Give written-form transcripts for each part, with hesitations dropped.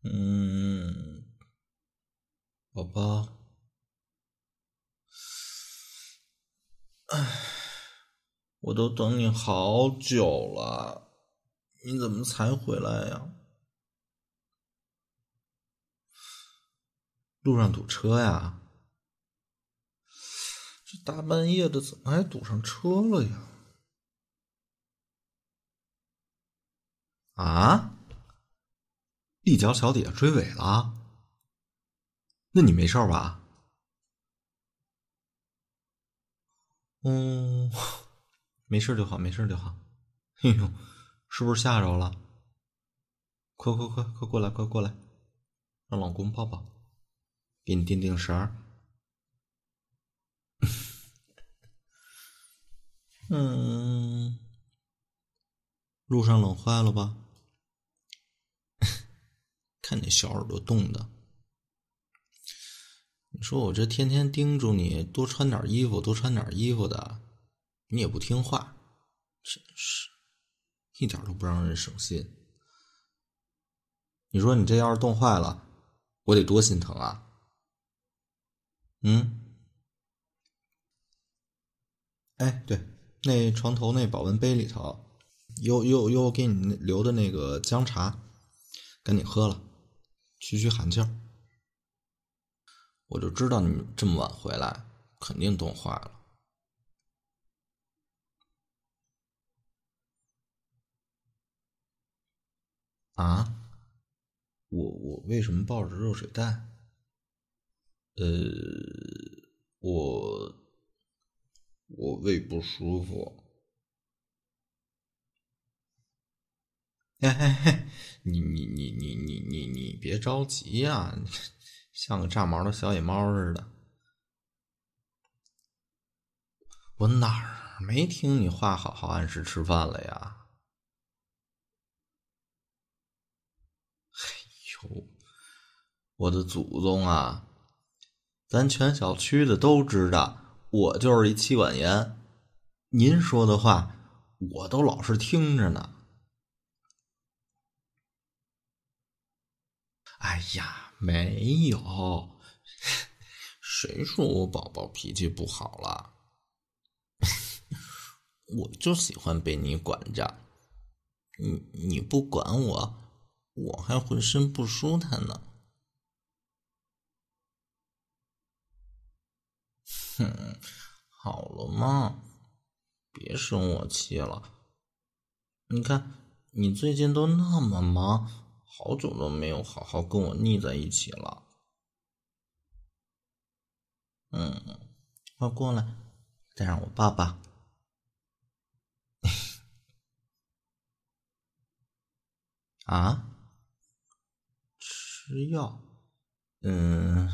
嗯，宝宝，我都等你好久了，你怎么才回来呀？路上堵车呀？这大半夜的怎么还堵上车了呀？啊？立交桥底下追尾了？那你没事吧？嗯，没事就好，没事就好。哎呦，是不是吓着了？快过来，快过来，让老公抱抱，给你钉钉绳儿。嗯，路上冷坏了吧？看你小耳朵冻的。你说我这天天叮嘱你多穿点衣服，多穿点衣服的，你也不听话，真是一点都不让人省心。你说你这要是冻坏了，我得多心疼啊！嗯，哎，对，那床头那保温杯里头有给你留的那个姜茶，赶紧喝了，驱驱寒气儿。我就知道你这么晚回来，肯定冻坏了啊！我为什么抱着热水袋？我我胃不舒服。嘿嘿嘿，你别着急呀、像个炸毛的小野猫似的。我哪儿没听你话好好按时吃饭了呀？哟，我的祖宗啊！咱全小区的都知道，我就是一妻管严。您说的话，我都老是听着呢。哎呀，没有，谁说我宝宝脾气不好了？我就喜欢被你管着，你不管我，我还浑身不舒坦呢。好了嘛，别生我气了。你看，你最近都那么忙，好久都没有好好跟我腻在一起了。快过来，再让我抱抱。啊？吃药？嗯，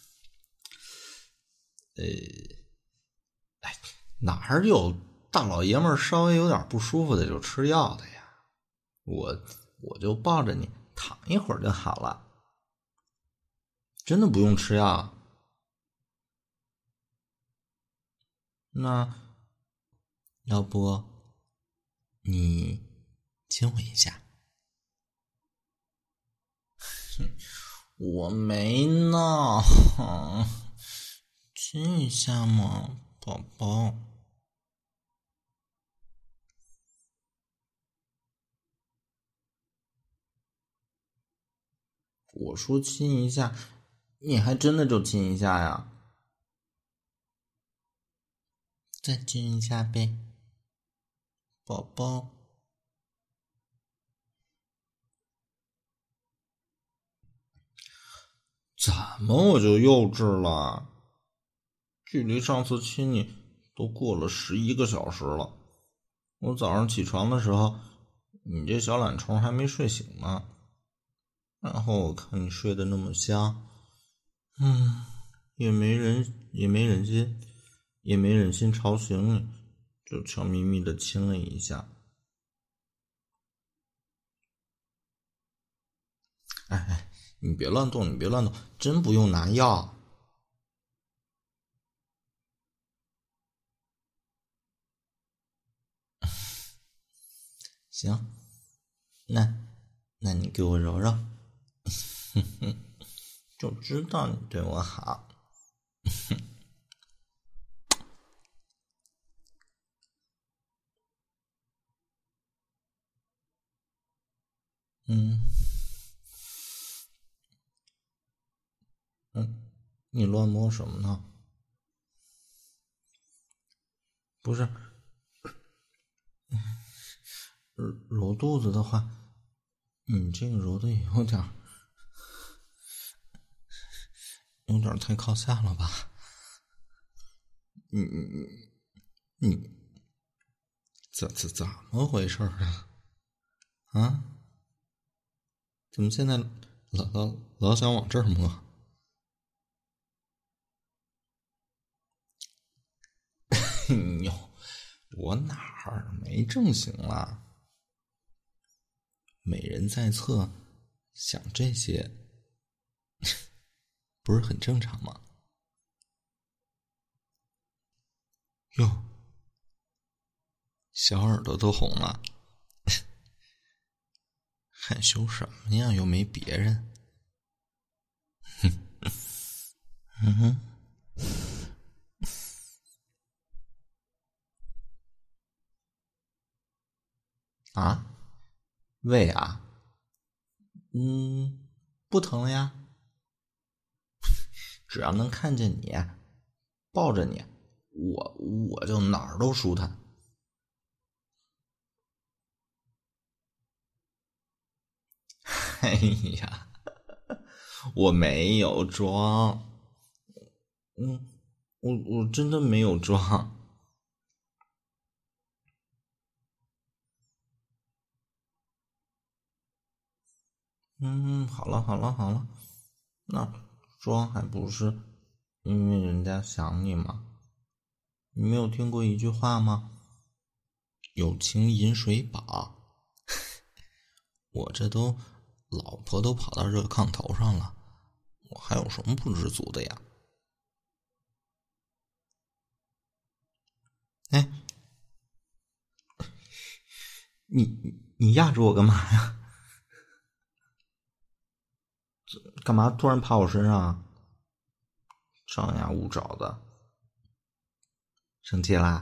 哪儿有大老爷们儿稍微有点不舒服的就吃药的呀？我就抱着你躺一会儿就好了，真的不用吃药。那要不你亲我一下？我没呢，亲一下嘛，宝宝。我说亲一下，你还真的就亲一下呀？再亲一下呗，宝宝。怎么我就幼稚了？距离上次亲你都过了11个小时了。我早上起床的时候，你这小懒虫还没睡醒呢。然后我看你睡得那么香，也没忍心吵醒你，就悄咪咪的亲了一下。哎哎，你别乱动，你别乱动，真不用拿药。行，那你给我揉揉。 就知道你对我好。你乱摸什么呢？不是，揉肚子的话，你这个揉的也有点太靠下了吧？你怎么回事啊？啊？怎么现在老想往这儿摸？哎呦，我哪儿没正形了？美人在侧，想这些不是很正常吗？哟，小耳朵都红了，害羞什么呀？又没别人。啊？胃啊？不疼了呀。只要能看见你，抱着你，我就哪儿都舒坦。哎呀，我没有装，我真的没有装。好了好了好了，那装还不是因为人家想你吗？你没有听过一句话吗？友情饮水饱。我这都老婆都跑到热炕头上了，我还有什么不知足的呀？哎，你压着我干嘛呀？干嘛突然爬我身上啊？张牙舞爪的，生气啦？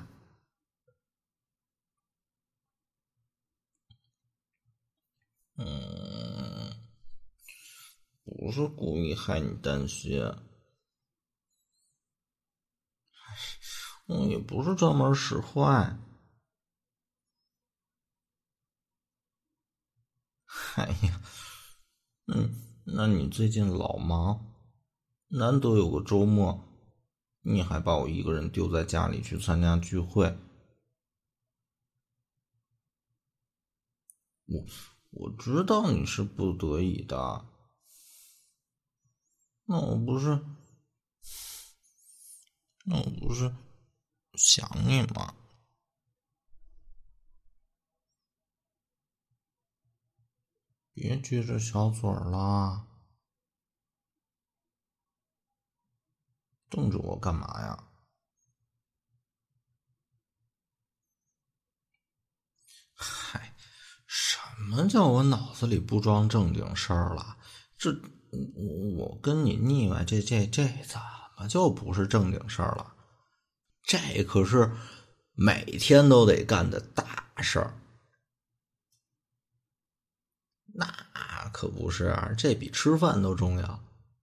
不是故意害你担心，我也不是专门使坏。哎呀，那你最近老忙，难得有个周末，你还把我一个人丢在家里去参加聚会。我知道你是不得已的，那我不是，想你吗？别撅着小嘴儿啦，瞪着我干嘛呀？嗨，什么叫我脑子里不装正经事儿了？这我跟你腻歪，这怎么就不是正经事儿了？这可是每天都得干的大事儿。那可不是，这比吃饭都重要。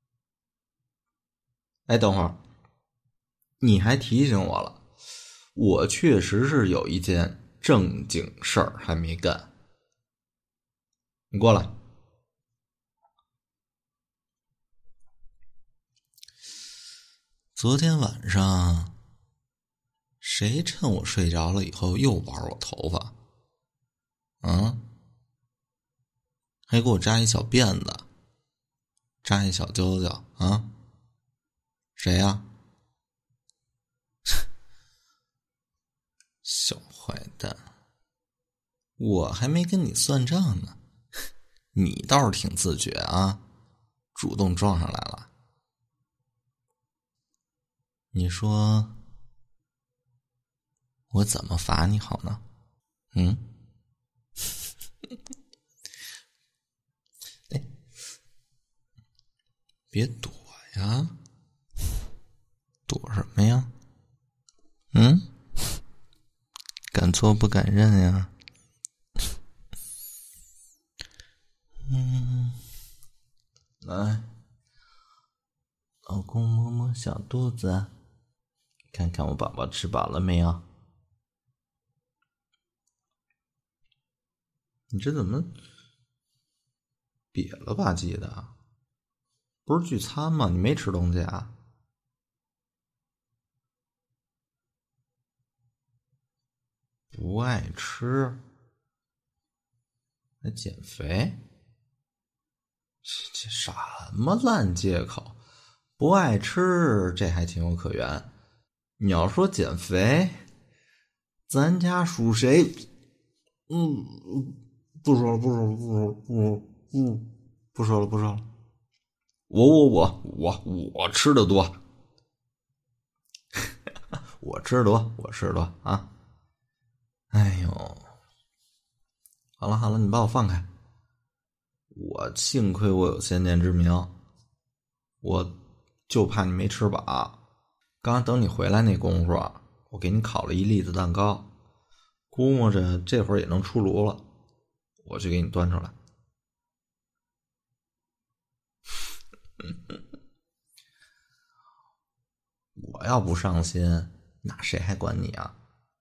哎，等会儿，你还提醒我了，我确实是有一件正经事儿还没干。你过来。昨天晚上，谁趁我睡着了以后又玩我头发？还给我扎一小辫子，扎一小揪揪啊？谁呀？小坏蛋，我还没跟你算账呢，你倒是挺自觉啊，主动撞上来了。你说我怎么罚你好呢？嗯， 别躲呀，躲什么呀？敢做不敢认呀。来，老公摸摸小肚子，看看我宝宝吃饱了没有？你这怎么瘪了吧唧的？不是聚餐吗？你没吃东西啊？不爱吃，还减肥？这什么烂借口？不爱吃，这还情有可原。你要说减肥，咱家属谁？不说了，不说了，不说了，不说了，不说了。我吃的多，我吃的多，我吃的多啊！哎呦，好了好了，你把我放开。幸亏我有先见之明，我就怕你没吃饱。刚等你回来那功夫，我给你烤了一栗子蛋糕，估摸着这会儿也能出炉了，我去给你端出来。我要不上心，那谁还管你啊？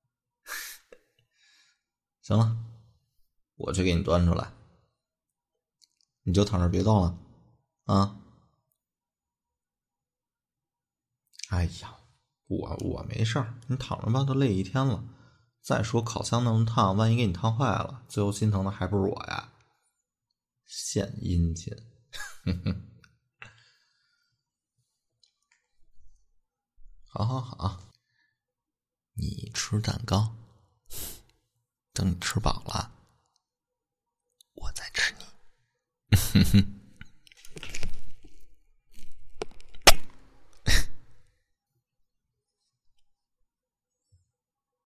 行了，我去给你端出来，你就躺这别动了啊！哎呀，我没事儿，你躺着吧，都累一天了。再说烤箱那么烫，万一给你烫坏了，最后心疼的还不是我呀？献殷勤，好好好，你吃蛋糕，等你吃饱了，我再吃你。